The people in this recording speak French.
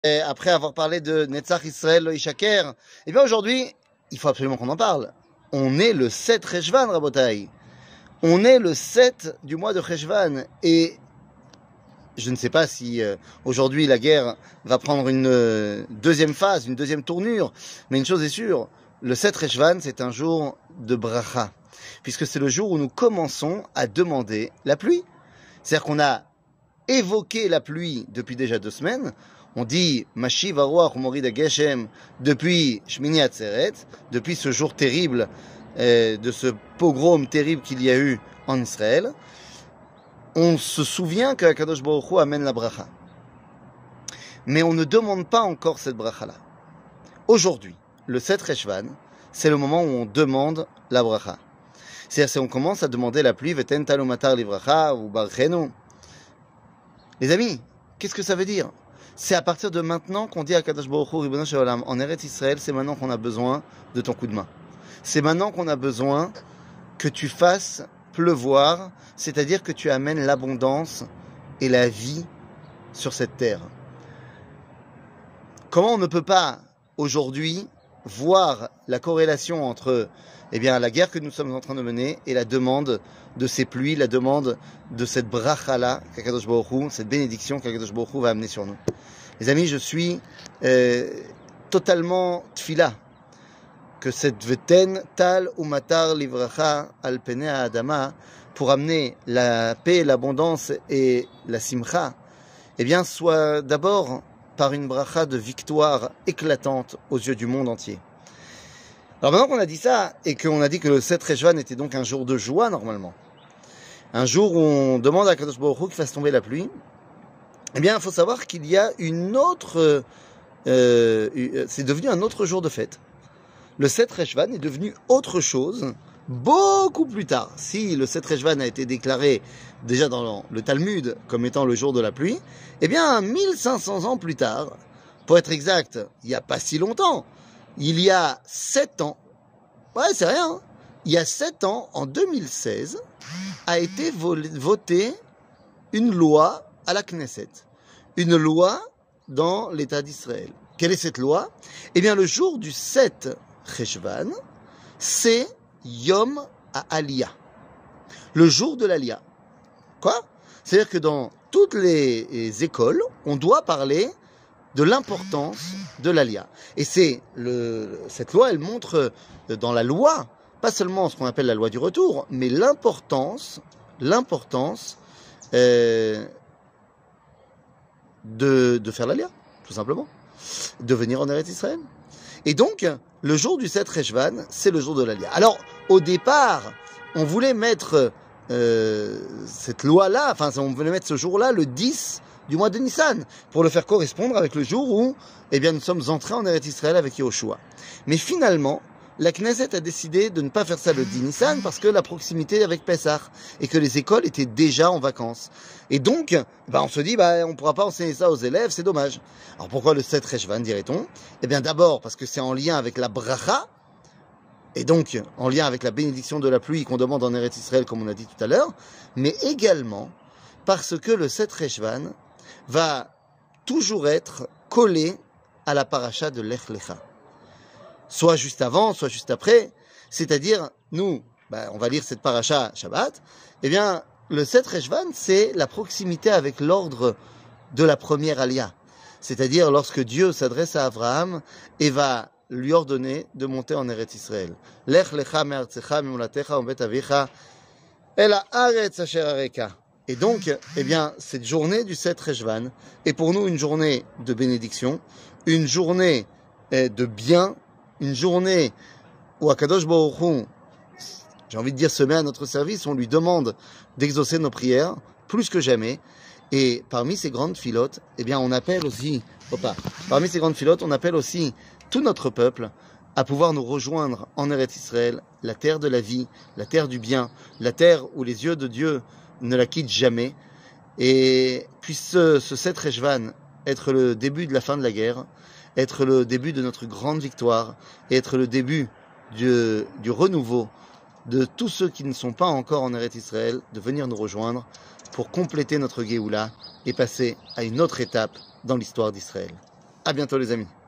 Et après avoir parlé de Netzach Israël Lo Yishaker, eh bien aujourd'hui, il faut absolument qu'on en parle. On est le 7 Cheshvan, Rabotai. On est le 7 du mois de Cheshvan. Et je ne sais pas si aujourd'hui la guerre va prendre une deuxième phase, une deuxième tournure. Mais une chose est sûre, le 7 Cheshvan, c'est un jour de bracha. Puisque c'est le jour où nous commençons à demander la pluie. C'est-à-dire qu'on a évoqué la pluie depuis déjà 2 semaines. On dit Mashiv Aruach Morid Geshem depuis Shmini Atzeret, depuis ce jour terrible, de ce pogrom terrible qu'il y a eu en Israël. On se souvient que Kadosh Baruch Hu amène la bracha. Mais on ne demande pas encore cette bracha-là. Aujourd'hui, le 7 Cheshvan, c'est le moment où on demande la bracha. C'est-à-dire, on commence à demander la pluie, Veten Talu Matar Livracha ou Barchenu. Les amis, qu'est-ce que ça veut dire? C'est à partir de maintenant qu'on dit à Kadosh Baruch Hu, Ribono Shel Olam, en Eretz Israël, c'est maintenant qu'on a besoin de ton coup de main. C'est maintenant qu'on a besoin que tu fasses pleuvoir, c'est-à-dire que tu amènes l'abondance et la vie sur cette terre. Comment on ne peut pas aujourd'hui voir la corrélation entre la guerre que nous sommes en train de mener et la demande de ces pluies, la demande de cette bracha-là, qu'Akadosh Baruch Hu, cette bénédiction qu'Akadosh Baruch Hu va amener sur nous. Les amis, je suis totalement tfila que cette veten tal ou matar livracha al pene adama, pour amener la paix, l'abondance et la simcha, soit d'abord par une bracha de victoire éclatante aux yeux du monde entier. Alors maintenant qu'on a dit ça, et qu'on a dit que le 7 Cheshvan était donc un jour de joie normalement, un jour où on demande à Kadosh Baruch Hu qu'il fasse tomber la pluie, il faut savoir qu'il y a une autre... c'est devenu un autre jour de fête. Le 7 Cheshvan est devenu autre chose beaucoup plus tard. Si le 7 Cheshvan a été déclaré déjà dans le Talmud comme étant le jour de la pluie, 1500 ans plus tard, pour être exact, il n'y a pas si longtemps, il y a 7 ans, c'est rien, hein, il y a 7 ans, en 2016, a été votée une loi à la Knesset, une loi dans l'État d'Israël. Quelle est cette loi? Le jour du 7 Cheshvan, c'est Yom Ha'Aliyah, le jour de l'Aliyah. Quoi? C'est-à-dire que dans toutes les écoles, on doit parler de l'importance de l'Aliyah. Et cette loi, elle montre dans la loi, pas seulement ce qu'on appelle la loi du retour, mais l'importance de faire l'Aliyah, tout simplement, de venir en Eretz Israël. Et donc, le jour du 7 Cheshvan, c'est le jour de l'Aliyah. Alors, au départ, on voulait mettre cette loi-là, on voulait mettre ce jour-là, le 10 du mois de Nissan, pour le faire correspondre avec le jour où nous sommes entrés en Eretz Israël avec Yehoshua. Mais finalement, la Knesset a décidé de ne pas faire ça le 10 Nissan parce que la proximité avec Pessah et que les écoles étaient déjà en vacances. Et donc, on se dit, on ne pourra pas enseigner ça aux élèves, c'est dommage. Alors pourquoi le 7 Cheshvan, dirait-on? D'abord parce que c'est en lien avec la bracha, et donc en lien avec la bénédiction de la pluie qu'on demande en Eretz Israël, comme on a dit tout à l'heure, mais également parce que le 7 Cheshvan va toujours être collé à la paracha de Lech Lecha. Soit juste avant, soit juste après. C'est-à-dire, nous, on va lire cette paracha Shabbat. Le 7 Cheshvan, c'est la proximité avec l'ordre de la première Aliyah. C'est-à-dire lorsque Dieu s'adresse à Abraham et va lui ordonner de monter en Eretz Israël. Lech lecha me'artzecha me'molatecha u'bet avicha el haaretz asher areka. Et donc, cette journée du 7 Cheshvan est pour nous une journée de bénédiction, une journée de bien, une journée où Akadosh Baruch Hu, j'ai envie de dire, se met à notre service, on lui demande d'exaucer nos prières, plus que jamais. Et parmi ces grandes filotes, on appelle aussi, on appelle aussi tout notre peuple à pouvoir nous rejoindre en Eretz Israël, la terre de la vie, la terre du bien, la terre où les yeux de Dieu ne la quittent jamais. Et puisse ce 7 Cheshvan être le début de la fin de la guerre, être le début de notre grande victoire, et être le début du renouveau de tous ceux qui ne sont pas encore en Eretz Israël, de venir nous rejoindre pour compléter notre Géoula et passer à une autre étape dans l'histoire d'Israël. À bientôt les amis.